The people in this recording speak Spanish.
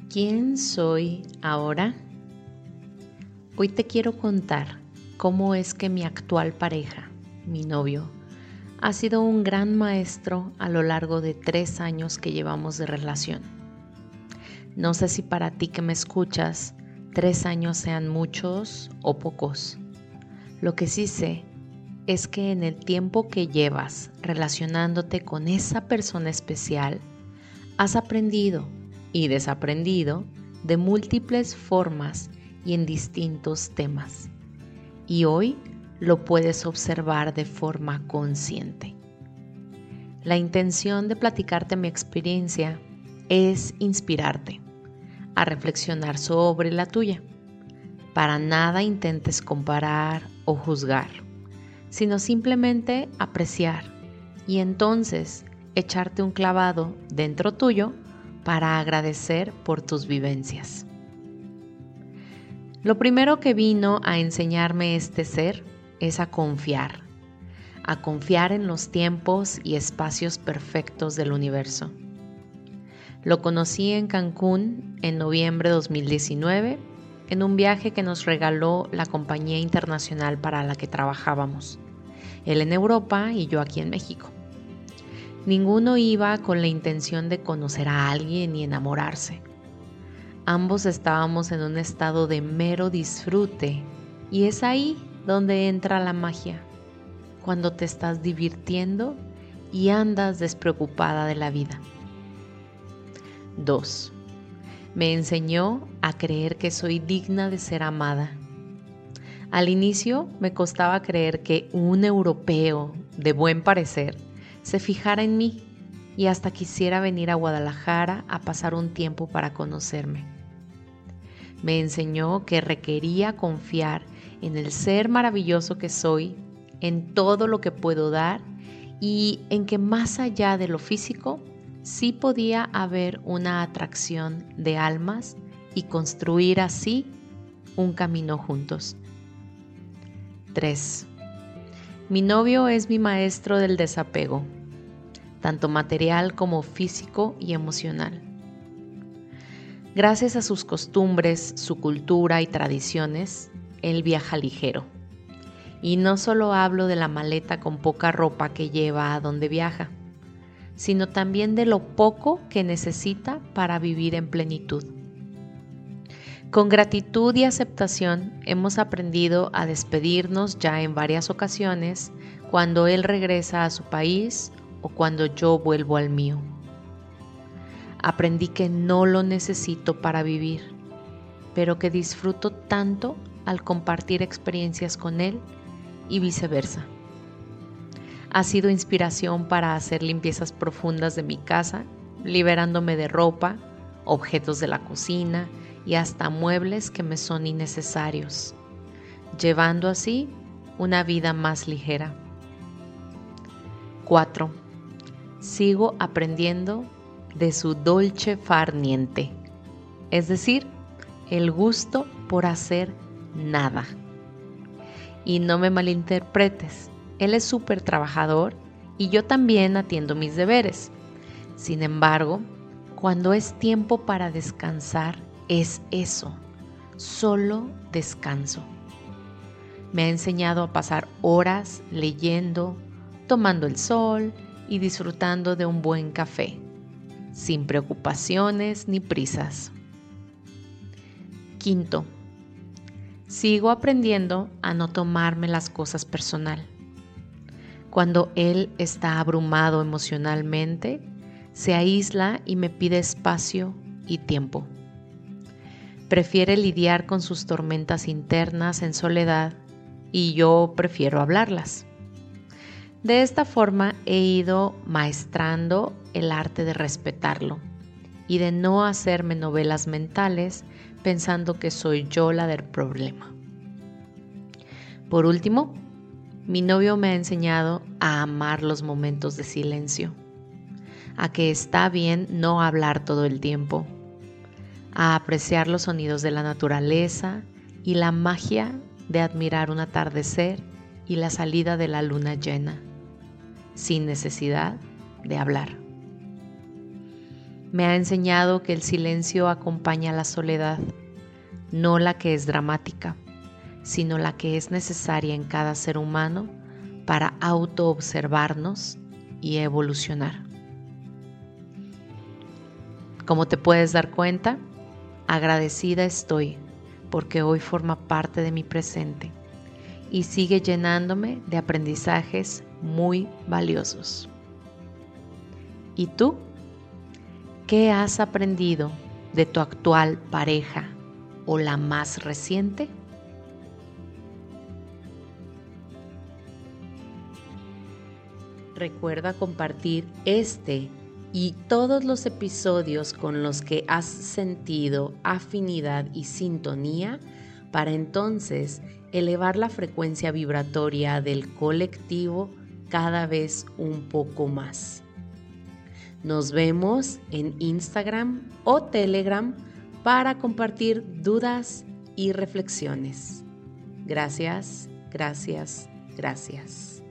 ¿Quién soy ahora? Hoy te quiero contar cómo es que mi actual pareja, mi novio, ha sido un gran maestro a lo largo de 3 años que llevamos de relación. No sé si para ti que me escuchas, 3 años sean muchos o pocos. Lo que sí sé es que en el tiempo que llevas relacionándote con esa persona especial, has aprendido y desaprendido de múltiples formas y en distintos temas. Y hoy lo puedes observar de forma consciente. La intención de platicarte mi experiencia es inspirarte a reflexionar sobre la tuya. Para nada intentes comparar o juzgar, sino simplemente apreciar y entonces echarte un clavado dentro tuyo para agradecer por tus vivencias. Lo primero que vino a enseñarme este ser es a confiar en los tiempos y espacios perfectos del universo. Lo conocí en Cancún en noviembre de 2019, en un viaje que nos regaló la compañía internacional para la que trabajábamos, él en Europa y yo aquí en México. Ninguno iba con la intención de conocer a alguien y enamorarse. Ambos estábamos en un estado de mero disfrute y es ahí donde entra la magia, cuando te estás divirtiendo y andas despreocupada de la vida. 2. Me enseñó a creer que soy digna de ser amada. Al inicio me costaba creer que un europeo de buen parecer se fijara en mí y hasta quisiera venir a Guadalajara a pasar un tiempo para conocerme. Me enseñó que requería confiar en el ser maravilloso que soy, en todo lo que puedo dar y en que más allá de lo físico, sí podía haber una atracción de almas y construir así un camino juntos. 3. Mi novio es mi maestro del desapego, tanto material como físico y emocional. Gracias a sus costumbres, su cultura y tradiciones, él viaja ligero. Y no solo hablo de la maleta con poca ropa que lleva a donde viaja, sino también de lo poco que necesita para vivir en plenitud. Con gratitud y aceptación hemos aprendido a despedirnos ya en varias ocasiones cuando él regresa a su país o cuando yo vuelvo al mío. Aprendí que no lo necesito para vivir, pero que disfruto tanto al compartir experiencias con él y viceversa. Ha sido inspiración para hacer limpiezas profundas de mi casa, liberándome de ropa, objetos de la cocina y hasta muebles que me son innecesarios, llevando así una vida más ligera. 4. Sigo aprendiendo de su dolce far niente, es decir, el gusto por hacer nada. Y no me malinterpretes, él es súper trabajador y yo también atiendo mis deberes. Sin embargo, cuando es tiempo para descansar, es eso, solo descanso. Me ha enseñado a pasar horas leyendo, tomando el sol y disfrutando de un buen café, sin preocupaciones ni prisas. 5. Sigo aprendiendo a no tomarme las cosas personal. Cuando él está abrumado emocionalmente, se aísla y me pide espacio y tiempo. Prefiere lidiar con sus tormentas internas en soledad y yo prefiero hablarlas. De esta forma he ido maestrando el arte de respetarlo y de no hacerme novelas mentales pensando que soy yo la del problema. Por último, mi novio me ha enseñado a amar los momentos de silencio, a que está bien no hablar todo el tiempo, a apreciar los sonidos de la naturaleza y la magia de admirar un atardecer y la salida de la luna llena, sin necesidad de hablar. Me ha enseñado que el silencio acompaña la soledad, no la que es dramática, sino la que es necesaria en cada ser humano para autoobservarnos y evolucionar. Como te puedes dar cuenta, agradecida estoy porque hoy forma parte de mi presente y sigue llenándome de aprendizajes muy valiosos. ¿Y tú? ¿Qué has aprendido de tu actual pareja o la más reciente? Recuerda compartir este y todos los episodios con los que has sentido afinidad y sintonía para entonces elevar la frecuencia vibratoria del colectivo cada vez un poco más. Nos vemos en Instagram o Telegram para compartir dudas y reflexiones. Gracias, gracias, gracias.